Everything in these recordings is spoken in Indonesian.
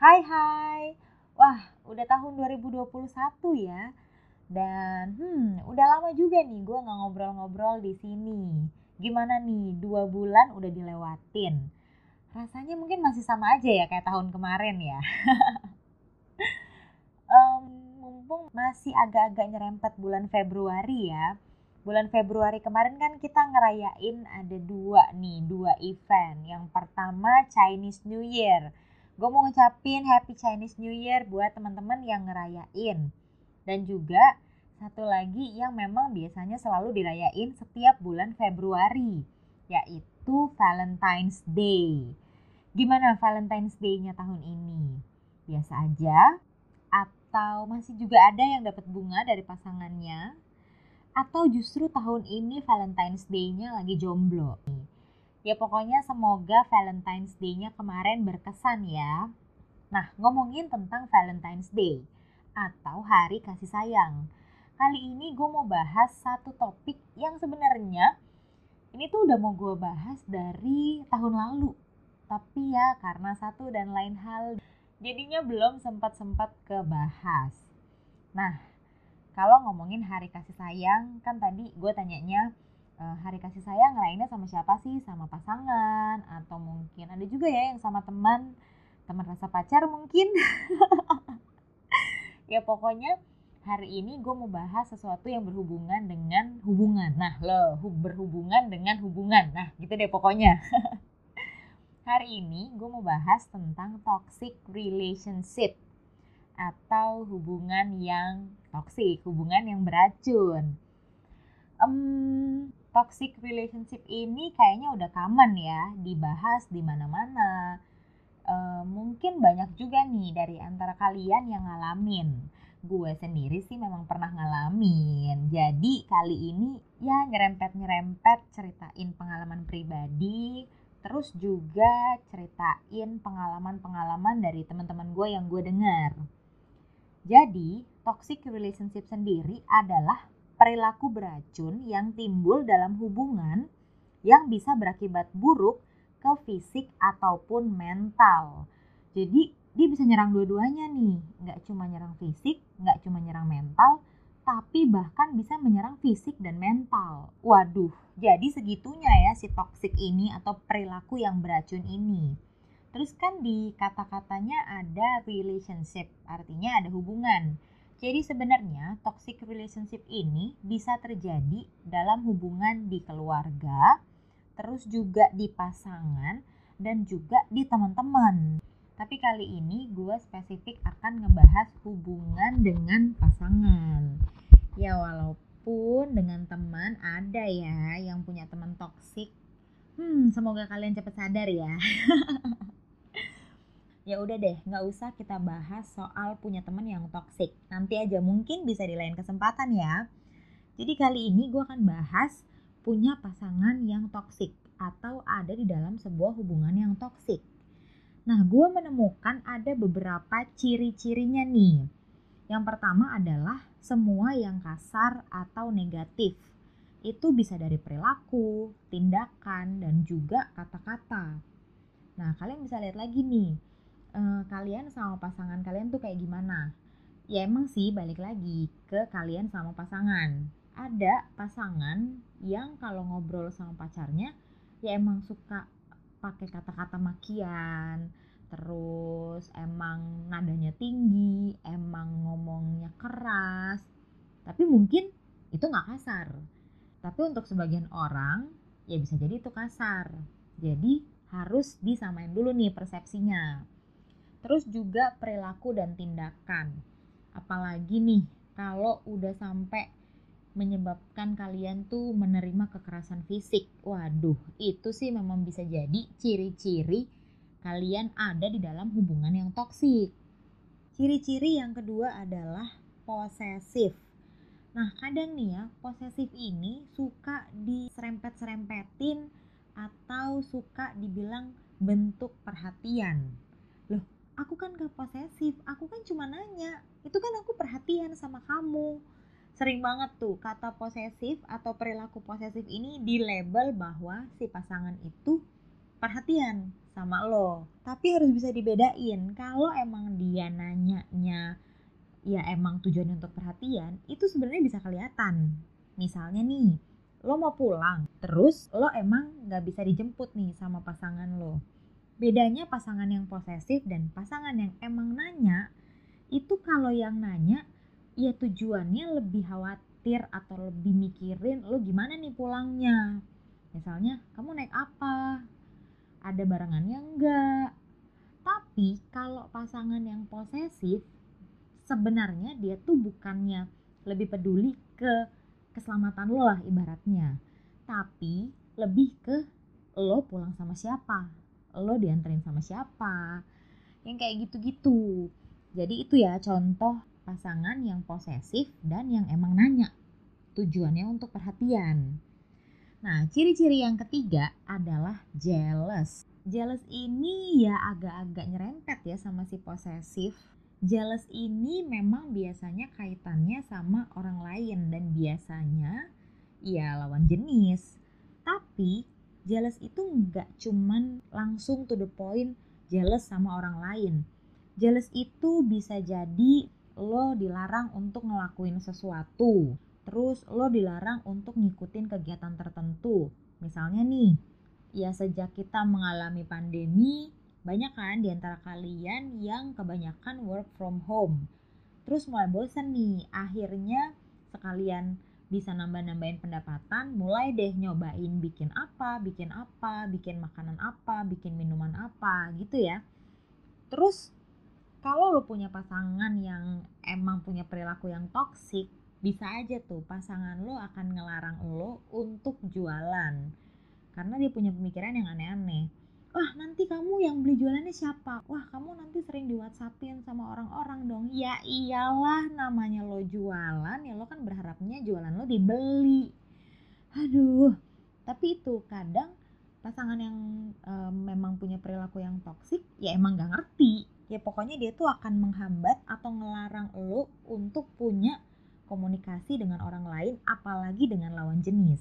Hai hai. Wah, udah tahun 2021 ya. Dan udah lama juga nih gue nggak ngobrol-ngobrol di sini. Gimana nih, 2 bulan udah dilewatin. Rasanya mungkin masih sama aja ya kayak tahun kemarin ya. Em, Mumpung masih agak-agak nyerempet bulan Februari ya. Bulan Februari kemarin kan kita ngerayain ada dua event. Yang pertama Chinese New Year. Gue mau ngucapin Happy Chinese New Year buat teman-teman yang ngerayain. Dan juga satu lagi yang memang biasanya selalu dirayain setiap bulan Februari, yaitu Valentine's Day. Gimana Valentine's Day-nya tahun ini? Biasa aja? Atau masih juga ada yang dapat bunga dari pasangannya? Atau justru tahun ini Valentine's Day-nya lagi jomblo? Ya pokoknya semoga Valentine's Day-nya kemarin berkesan ya. Nah, ngomongin tentang Valentine's Day atau Hari Kasih Sayang. Kali ini gue mau bahas satu topik yang sebenarnya ini tuh udah mau gue bahas dari tahun lalu. Tapi ya karena satu dan lain hal jadinya belum sempat-sempat kebahas. Nah, kalau ngomongin Hari Kasih Sayang, kan tadi gue tanyanya Hari Kasih Sayang ngerayainnya sama siapa sih? Sama pasangan atau mungkin ada juga ya yang sama teman rasa pacar mungkin. Ya pokoknya hari ini gue mau bahas sesuatu yang berhubungan dengan hubungan. Nah berhubungan dengan hubungan. Nah gitu deh pokoknya. Hari ini gue mau bahas tentang toxic relationship atau hubungan yang toxic, hubungan yang beracun. Toxic relationship ini kayaknya udah common ya dibahas di mana-mana. Mungkin banyak juga nih dari antara kalian yang ngalamin. Gue sendiri sih memang pernah ngalamin. Jadi kali ini ya nyerempet-nyerempet ceritain pengalaman pribadi, terus juga ceritain pengalaman-pengalaman dari teman-teman gue yang gue dengar. Jadi, toxic relationship sendiri adalah perilaku beracun yang timbul dalam hubungan yang bisa berakibat buruk ke fisik ataupun mental. Jadi dia bisa nyerang dua-duanya nih, nggak cuma nyerang fisik, nggak cuma nyerang mental, tapi bahkan bisa menyerang fisik dan mental. Waduh, jadi segitunya ya si toxic ini atau perilaku yang beracun ini. Terus kan di kata-katanya ada relationship, artinya ada hubungan. Jadi sebenarnya toxic relationship ini bisa terjadi dalam hubungan di keluarga, terus juga di pasangan, dan juga di teman-teman. Tapi kali ini gue spesifik akan ngebahas hubungan dengan pasangan. Ya walaupun dengan teman ada ya yang punya teman toksik. Semoga kalian cepat sadar ya. Ya udah deh, nggak usah kita bahas soal punya teman yang toksik. Nanti aja mungkin bisa di lain kesempatan ya. Jadi kali ini gue akan bahas punya pasangan yang toksik atau ada di dalam sebuah hubungan yang toksik. Nah, gue menemukan ada beberapa ciri-cirinya nih. Yang pertama adalah semua yang kasar atau negatif. Itu bisa dari perilaku, tindakan, dan juga kata-kata. Nah, kalian bisa lihat lagi nih, kalian sama pasangan kalian tuh kayak gimana? Ya emang sih balik lagi ke kalian sama pasangan. Ada pasangan yang kalau ngobrol sama pacarnya ya emang suka pakai kata-kata makian, terus emang nadanya tinggi, emang ngomongnya keras. Tapi mungkin itu nggak kasar. Tapi untuk sebagian orang ya bisa jadi itu kasar. Jadi harus disamain dulu nih persepsinya. Terus juga perilaku dan tindakan. Apalagi nih kalau udah sampai menyebabkan kalian tuh menerima kekerasan fisik. Waduh, itu sih memang bisa jadi ciri-ciri kalian ada di dalam hubungan yang toksik. Ciri-ciri yang kedua adalah posesif. Nah, kadang nih ya, posesif ini suka diserempet-serempetin atau suka dibilang bentuk perhatian. Loh, aku kan gak posesif, aku kan cuma nanya. Itu kan aku perhatian sama kamu. Sering banget tuh kata posesif atau perilaku posesif ini di label bahwa si pasangan itu perhatian sama lo. Tapi harus bisa dibedain. Kalau emang dia nanyanya ya emang tujuannya untuk perhatian, itu sebenarnya bisa kelihatan. Misalnya nih, lo mau pulang, terus lo emang gak bisa dijemput nih sama pasangan lo. Bedanya pasangan yang posesif dan pasangan yang emang nanya, itu kalau yang nanya, ya tujuannya lebih khawatir atau lebih mikirin lo gimana nih pulangnya. Misalnya, kamu naik apa? Ada barengannya enggak? Tapi kalau pasangan yang posesif, sebenarnya dia tuh bukannya lebih peduli ke keselamatan lo lah ibaratnya, tapi lebih ke lo pulang sama siapa, lo dianterin sama siapa, yang kayak gitu-gitu. Jadi itu ya contoh pasangan yang posesif dan yang emang nanya, tujuannya untuk perhatian. Nah, ciri-ciri yang ketiga adalah jealous. Jealous ini ya agak-agak nyerempet ya sama si posesif. Jealous ini memang biasanya kaitannya sama orang lain dan biasanya ya lawan jenis. Tapi jealous itu nggak cuman langsung to the point jealous sama orang lain. Jealous itu bisa jadi lo dilarang untuk ngelakuin sesuatu. Terus lo dilarang untuk ngikutin kegiatan tertentu. Misalnya nih, ya sejak kita mengalami pandemi, banyak kan di antara kalian yang kebanyakan work from home. Terus mulai bosan nih, akhirnya sekalian bisa nambah-nambahin pendapatan, mulai deh nyobain bikin apa, bikin makanan apa, bikin minuman apa gitu ya. Terus kalau lo punya pasangan yang emang punya perilaku yang toksik, bisa aja tuh pasangan lo akan ngelarang lo untuk jualan. Karena dia punya pemikiran yang aneh-aneh. Wah, nanti kamu yang beli jualannya siapa? Wah, kamu nanti sering di WhatsAppin sama orang-orang dong. Ya iyalah, namanya lo jualan, ya lo kan berharapnya jualan lo dibeli. Aduh, tapi itu kadang pasangan yang memang punya perilaku yang toksik, ya emang gak ngerti. Ya pokoknya dia tuh akan menghambat atau ngelarang lo untuk punya komunikasi dengan orang lain, apalagi dengan lawan jenis.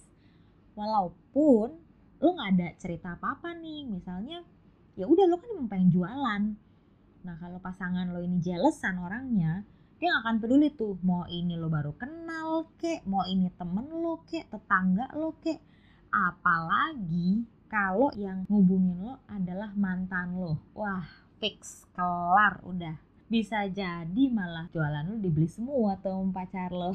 Walaupun lo nggak ada cerita apa-apa nih, misalnya ya udah lo kan emang pengen jualan. Nah kalau pasangan lo ini jealousan orangnya, dia nggak akan peduli tuh mau ini lo baru kenal kek, mau ini temen lo kek, tetangga lo kek. Apalagi kalau yang ngubungin lo adalah mantan lo, wah fix kelar udah. Bisa jadi malah jualan lo dibeli semua tuh sama pacar lo.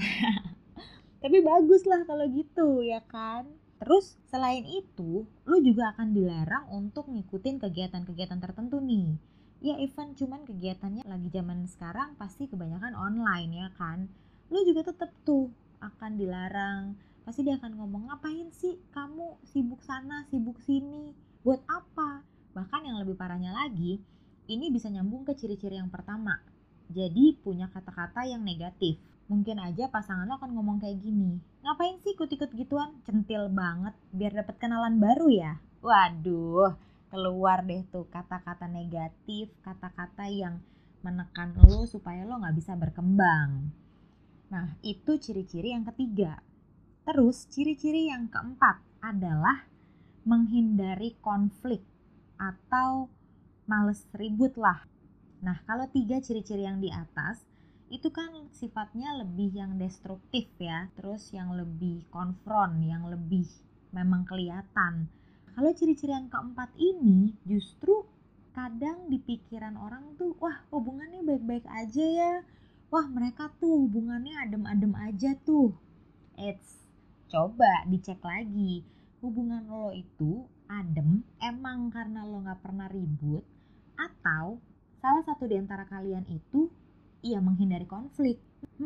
Tapi bagus lah kalau gitu ya kan. Terus selain itu, lu juga akan dilarang untuk ngikutin kegiatan-kegiatan tertentu nih. Ya even cuman kegiatannya lagi zaman sekarang pasti kebanyakan online ya kan. Lu juga tetap tuh akan dilarang. Pasti dia akan ngomong, ngapain sih kamu sibuk sana, sibuk sini, buat apa? Bahkan yang lebih parahnya lagi, ini bisa nyambung ke ciri-ciri yang pertama. Jadi punya kata-kata yang negatif. Mungkin aja pasangan lo akan ngomong kayak gini, ngapain sih ikut-ikut gituan, centil banget, biar dapet kenalan baru ya. Waduh, keluar deh tuh kata-kata negatif, kata-kata yang menekan lo supaya lo gak bisa berkembang. Nah itu ciri-ciri yang ketiga. Terus ciri-ciri yang keempat adalah menghindari konflik atau males ribut lah. Nah kalau 3 ciri-ciri yang di atas itu kan sifatnya lebih yang destruktif ya, terus yang lebih konfront, yang lebih memang kelihatan. Kalau ciri-ciri yang keempat ini justru kadang di pikiran orang tuh, wah hubungannya baik-baik aja ya, wah mereka tuh hubungannya adem-adem aja tuh. Eits, coba dicek lagi, hubungan lo itu adem emang karena lo gak pernah ribut, atau salah satu di antara kalian itu iya menghindari konflik.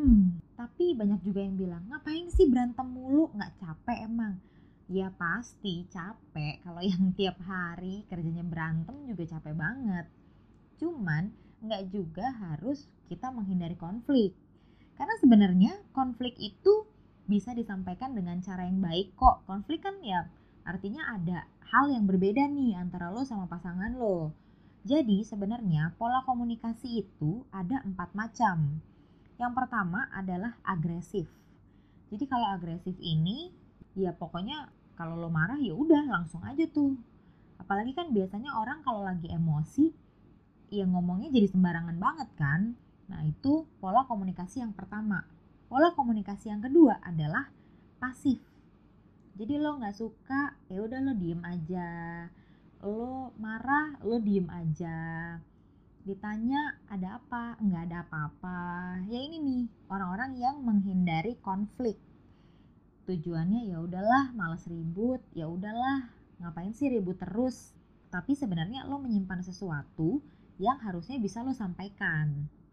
Tapi banyak juga yang bilang, ngapain sih berantem mulu, gak capek emang? Ya pasti capek, kalau yang tiap hari kerjanya berantem juga capek banget. Cuman gak juga harus kita menghindari konflik. Karena sebenarnya konflik itu bisa disampaikan dengan cara yang baik kok. Konflik kan ya artinya ada hal yang berbeda nih antara lo sama pasangan lo. Jadi sebenarnya pola komunikasi itu ada 4 macam. Yang pertama adalah agresif. Jadi kalau agresif ini ya pokoknya kalau lo marah ya udah langsung aja tuh Apalagi kan biasanya orang kalau lagi emosi, ya ngomongnya jadi sembarangan banget kan. Nah itu pola komunikasi yang pertama. Pola komunikasi yang kedua adalah pasif. Jadi lo nggak suka, ya udah lo diem aja. Lo marah, lo diem aja. Ditanya ada apa, nggak ada apa-apa. Ya ini nih orang-orang yang menghindari konflik. Tujuannya ya udahlah, malas ribut, ya udahlah, ngapain sih ribut terus. Tapi sebenarnya lo menyimpan sesuatu yang harusnya bisa lo sampaikan.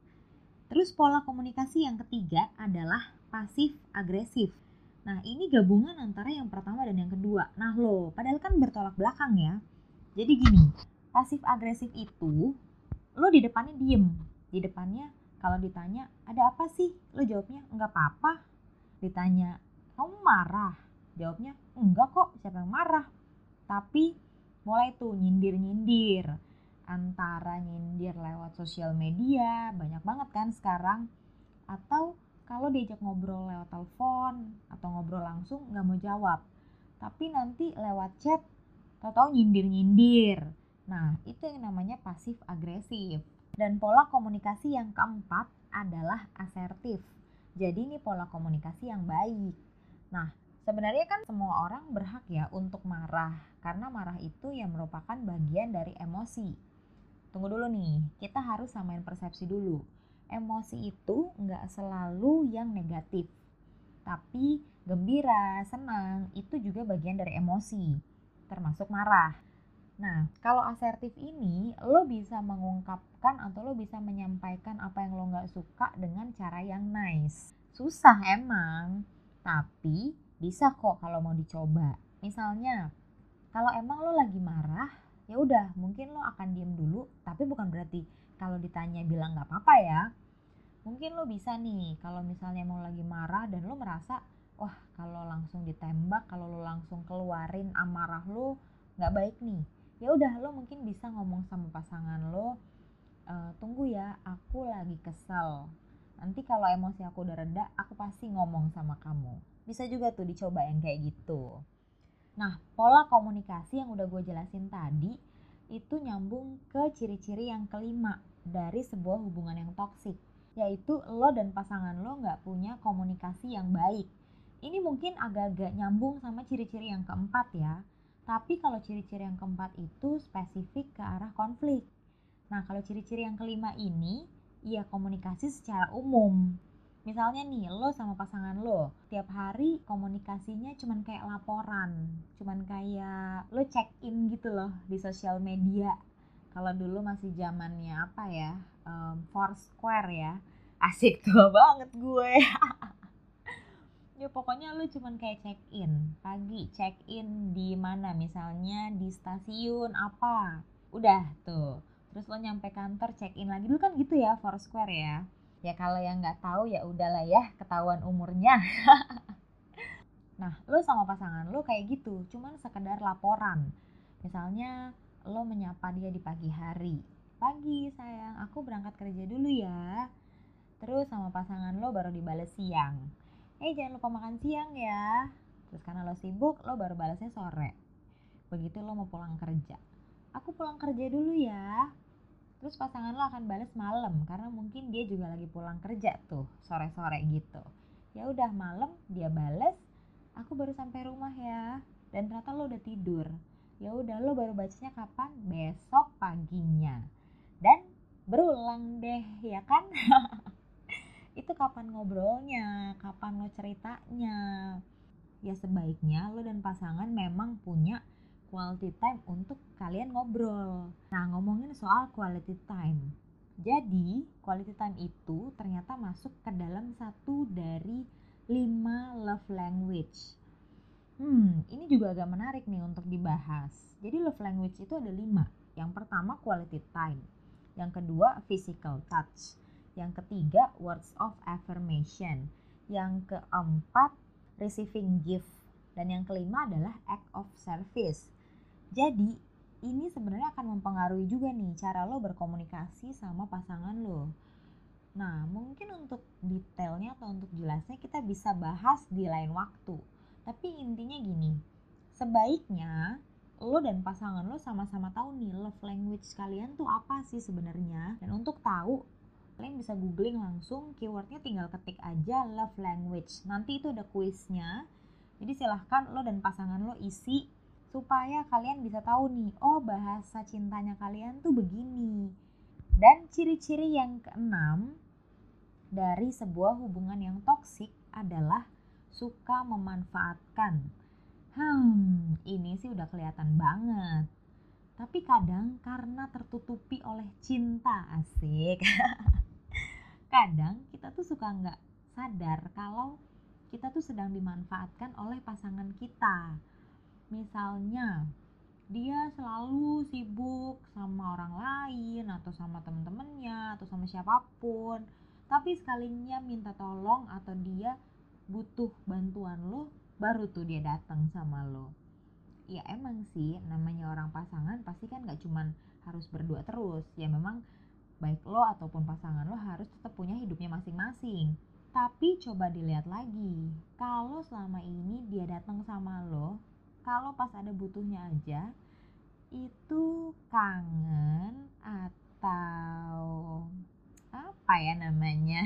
Terus pola komunikasi yang ketiga adalah pasif agresif. Nah ini gabungan antara yang pertama dan yang kedua. Nah lo, padahal kan bertolak belakang ya. Jadi gini, pasif agresif itu lo di depannya diem. Di depannya kalau ditanya ada apa sih, lo jawabnya enggak apa-apa. Ditanya kamu marah, jawabnya enggak kok, siapa yang marah. Tapi mulai tuh nyindir-nyindir, antara nyindir lewat sosial media, banyak banget kan sekarang, atau kalau diajak ngobrol lewat telepon atau ngobrol langsung nggak mau jawab, tapi nanti lewat chat tahu-tahu nyindir-nyindir. Nah itu yang namanya pasif agresif. Dan pola komunikasi yang keempat adalah asertif. Jadi ini pola komunikasi yang baik. Nah sebenarnya kan semua orang berhak ya untuk marah, karena marah itu ya merupakan bagian dari emosi. Tunggu dulu nih, kita harus samain persepsi dulu. Emosi itu nggak selalu yang negatif, tapi gembira, senang itu juga bagian dari emosi, termasuk marah. Nah, kalau asertif ini, lo bisa mengungkapkan atau lo bisa menyampaikan apa yang lo nggak suka dengan cara yang nice. Susah emang, tapi bisa kok kalau mau dicoba. Misalnya, kalau emang lo lagi marah, ya udah mungkin lo akan diem dulu, tapi bukan berarti kalau ditanya bilang nggak apa-apa ya. Mungkin lo bisa nih, kalau misalnya emang lagi marah dan lo merasa, wah kalau langsung ditembak, kalau lo langsung keluarin amarah lo nggak baik nih. Ya udah lo mungkin bisa ngomong sama pasangan lo, tunggu ya, aku lagi kesel. Nanti kalau emosi aku udah reda, aku pasti ngomong sama kamu. Bisa juga tuh dicoba yang kayak gitu. Nah, pola komunikasi yang udah gue jelasin tadi itu nyambung ke ciri-ciri yang kelima dari sebuah hubungan yang toksik, yaitu lo dan pasangan lo nggak punya komunikasi yang baik. Ini mungkin agak-agak nyambung sama ciri-ciri yang keempat ya, tapi kalau ciri-ciri yang keempat itu spesifik ke arah konflik. Nah, kalau ciri-ciri yang kelima ini, ya komunikasi secara umum. Misalnya nih, lo sama pasangan lo, tiap hari komunikasinya cuman kayak laporan, cuman kayak lo check in gitu loh di sosial media. Kalau dulu masih zamannya apa ya, Foursquare ya, asik tuh banget gue. Ya pokoknya lu cuman kayak check in, pagi check in di mana, misalnya di stasiun apa, udah tuh. Terus lo nyampe kantor check in lagi, dulu kan gitu ya Foursquare ya. Ya kalau yang nggak tahu ya udahlah ya, ketahuan umurnya. Nah lo sama pasangan lo kayak gitu, cuman sekedar laporan. Misalnya lo menyapa dia di pagi hari, pagi sayang aku berangkat kerja dulu ya. Terus sama pasangan lo baru dibales siang, jangan lupa makan siang ya. Terus karena lo sibuk, lo baru balasnya sore. Begitu lo mau pulang kerja, aku pulang kerja dulu ya. Terus pasangan lo akan balas malam, karena mungkin dia juga lagi pulang kerja tuh, sore-sore gitu. Ya udah malam dia balas, aku baru sampai rumah ya. Dan ternyata lo udah tidur. Ya udah lo baru bacanya kapan? Besok paginya. Dan berulang deh, ya kan? Itu kapan ngobrolnya, kapan lo ceritanya. Ya sebaiknya lo dan pasangan memang punya quality time untuk kalian ngobrol. Nah ngomongin soal quality time, jadi quality time itu ternyata masuk ke dalam satu dari 5 love language. Ini juga agak menarik nih untuk dibahas. Jadi love language itu ada 5. Yang pertama quality time, yang kedua physical touch, yang ketiga words of affirmation, yang keempat receiving gift, dan yang kelima adalah act of service. Jadi ini sebenarnya akan mempengaruhi juga nih cara lo berkomunikasi sama pasangan lo. Nah mungkin untuk detailnya atau untuk jelasnya kita bisa bahas di lain waktu. Tapi intinya gini, sebaiknya lo dan pasangan lo sama-sama tahu nih love language kalian tuh apa sih sebenarnya. Dan untuk tahu, kalian bisa googling langsung, keywordnya tinggal ketik aja love language. Nanti itu ada kuisnya. Jadi silahkan lo dan pasangan lo isi supaya kalian bisa tahu nih, oh bahasa cintanya kalian tuh begini. Dan ciri-ciri yang keenam dari sebuah hubungan yang toksik adalah suka memanfaatkan. Ini sih udah kelihatan banget. Tapi kadang karena tertutupi oleh cinta, asik. Kadang kita tuh suka nggak sadar kalau kita tuh sedang dimanfaatkan oleh pasangan kita. Misalnya, dia selalu sibuk sama orang lain atau sama temen-temennya atau sama siapapun. Tapi sekalinya minta tolong atau dia butuh bantuan lo, baru tuh dia datang sama lo. Ya emang sih, namanya orang pasangan pasti kan gak cuman harus berdua terus. Ya memang baik lo ataupun pasangan lo harus tetap punya hidupnya masing-masing. Tapi coba dilihat lagi, kalau selama ini dia datang sama lo, kalau pas ada butuhnya aja, itu kangen atau apa ya namanya?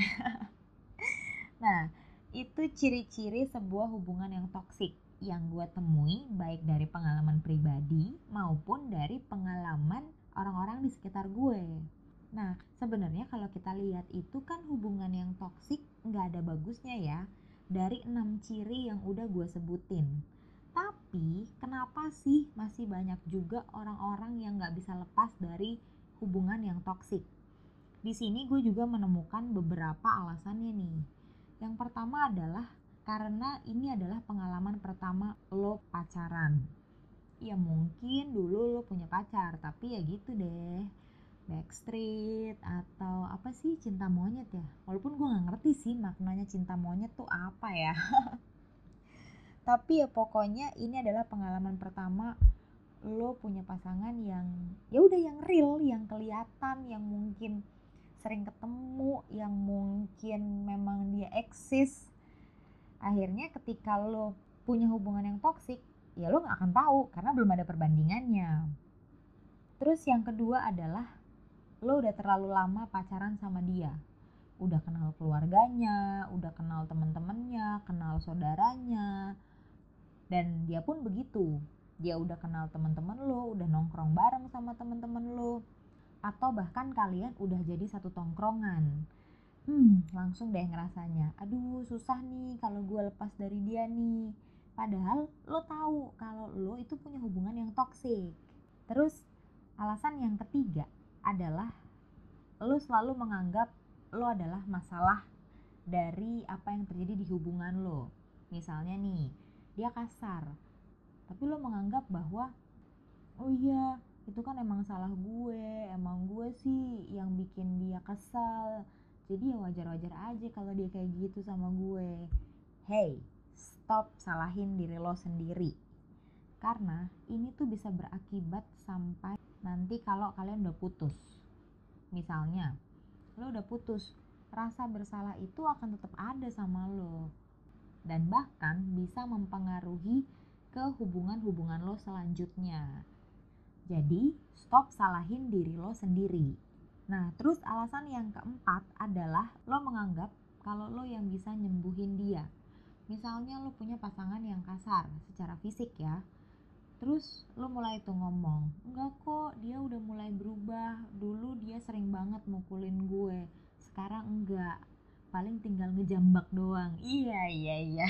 Nah, itu ciri-ciri sebuah hubungan yang toksik yang gue temui baik dari pengalaman pribadi maupun dari pengalaman orang-orang di sekitar gue. Nah, sebenarnya kalau kita lihat itu kan hubungan yang toksik nggak ada bagusnya ya dari 6 ciri yang udah gue sebutin. Tapi kenapa sih masih banyak juga orang-orang yang nggak bisa lepas dari hubungan yang toksik? Di sini gue juga menemukan beberapa alasannya nih. Yang pertama adalah karena ini adalah pengalaman pertama lo pacaran. Ya mungkin dulu lo punya pacar, tapi ya gitu deh, backstreet atau apa sih, cinta monyet ya. Walaupun gue gak ngerti sih maknanya cinta monyet tuh apa ya. Tapi ya pokoknya ini adalah pengalaman pertama lo punya pasangan yang ya udah yang real, yang kelihatan, yang mungkin sering ketemu, yang mungkin memang dia eksis. Akhirnya ketika lo punya hubungan yang toksik, ya lo gak akan tahu karena belum ada perbandingannya. Terus yang kedua adalah lo udah terlalu lama pacaran sama dia. Udah kenal keluarganya, udah kenal teman-temannya, kenal saudaranya. Dan dia pun begitu. Dia udah kenal teman-teman lo, udah nongkrong bareng sama teman-teman lo. Atau bahkan kalian udah jadi satu tongkrongan. Langsung deh ngerasanya, aduh susah nih kalau gue lepas dari dia nih. Padahal lo tahu kalau lo itu punya hubungan yang toksik. Terus alasan yang ketiga adalah lo selalu menganggap lo adalah masalah dari apa yang terjadi di hubungan lo. Misalnya nih, dia kasar, tapi lo menganggap bahwa oh iya itu kan emang salah gue, emang gue sih yang bikin dia kesal, jadi ya wajar-wajar aja kalau dia kayak gitu sama gue. Hey, stop salahin diri lo sendiri, karena ini tuh bisa berakibat sampai nanti kalau kalian udah putus. Misalnya lo udah putus, rasa bersalah itu akan tetap ada sama lo dan bahkan bisa mempengaruhi ke hubungan-hubungan lo selanjutnya. Jadi, stop salahin diri lo sendiri. Nah, terus alasan yang keempat adalah lo menganggap kalau lo yang bisa nyembuhin dia. Misalnya lo punya pasangan yang kasar secara fisik ya. Terus lo mulai tuh ngomong, enggak kok, dia udah mulai berubah. Dulu dia sering banget mukulin gue, sekarang enggak. Paling tinggal ngejambak doang. Iya.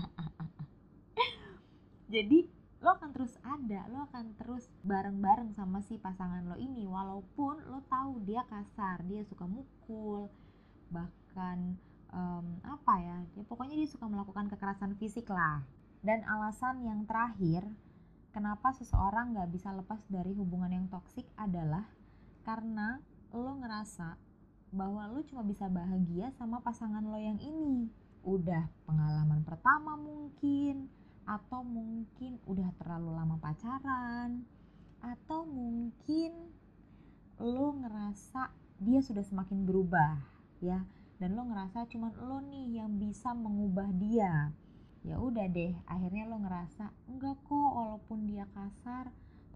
Jadi lo akan terus ada, lo akan terus bareng-bareng sama si pasangan lo ini walaupun lo tahu dia kasar, dia suka mukul, bahkan pokoknya dia suka melakukan kekerasan fisik lah. Dan alasan yang terakhir kenapa seseorang gak bisa lepas dari hubungan yang toksik adalah karena lo ngerasa bahwa lo cuma bisa bahagia sama pasangan lo yang ini. Udah pengalaman pertama mungkin, atau mungkin udah terlalu lama pacaran, atau mungkin lo ngerasa dia sudah semakin berubah ya, dan lo ngerasa cuman lo nih yang bisa mengubah dia. Ya udah deh, akhirnya lo ngerasa enggak kok, walaupun dia kasar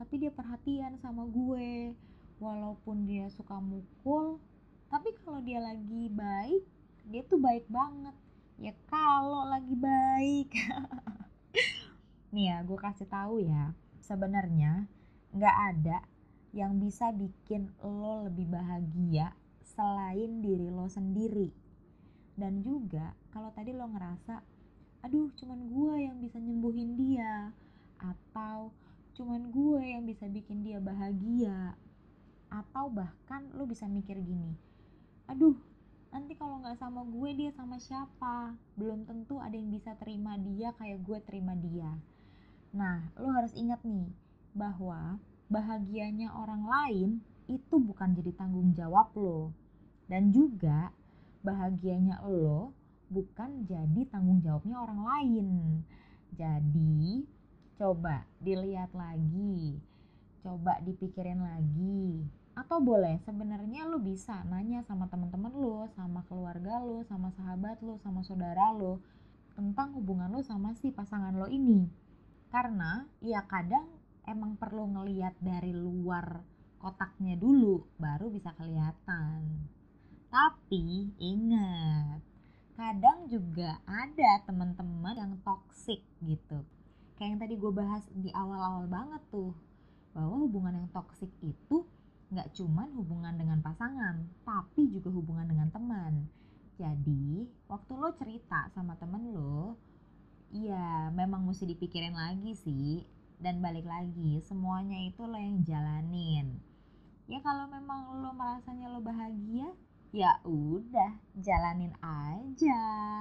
tapi dia perhatian sama gue. Walaupun dia suka mukul, tapi kalau dia lagi baik, dia tuh baik banget. Ya kalau lagi baik. Nih ya, gue kasih tahu ya. Sebenarnya nggak ada yang bisa bikin lo lebih bahagia selain diri lo sendiri. Dan juga kalau tadi lo ngerasa, aduh cuman gue yang bisa nyembuhin dia, atau cuman gue yang bisa bikin dia bahagia, atau bahkan lo bisa mikir gini, aduh nanti kalau nggak sama gue dia sama siapa, belum tentu ada yang bisa terima dia kayak gue terima dia. Nah, lo harus ingat nih bahwa bahagianya orang lain itu bukan jadi tanggung jawab lo. Dan juga bahagianya lo bukan jadi tanggung jawabnya orang lain. Jadi, coba dilihat lagi, coba dipikirin lagi. Atau boleh sebenarnya lo bisa nanya sama teman-teman lo, sama keluarga lo, sama sahabat lo, sama saudara lo tentang hubungan lo sama si pasangan lo ini. Karena ya kadang emang perlu ngeliat dari luar kotaknya dulu baru bisa kelihatan. Tapi ingat, kadang juga ada teman-teman yang toksik gitu. Kayak yang tadi gue bahas di awal-awal banget tuh, bahwa hubungan yang toksik itu gak cuman hubungan dengan pasangan, tapi juga hubungan dengan teman. Jadi waktu lo cerita sama temen lo, iya, memang mesti dipikirin lagi sih. Dan balik lagi, semuanya itu lo yang jalanin. Ya kalau memang lo merasanya lo bahagia, ya udah, jalanin aja.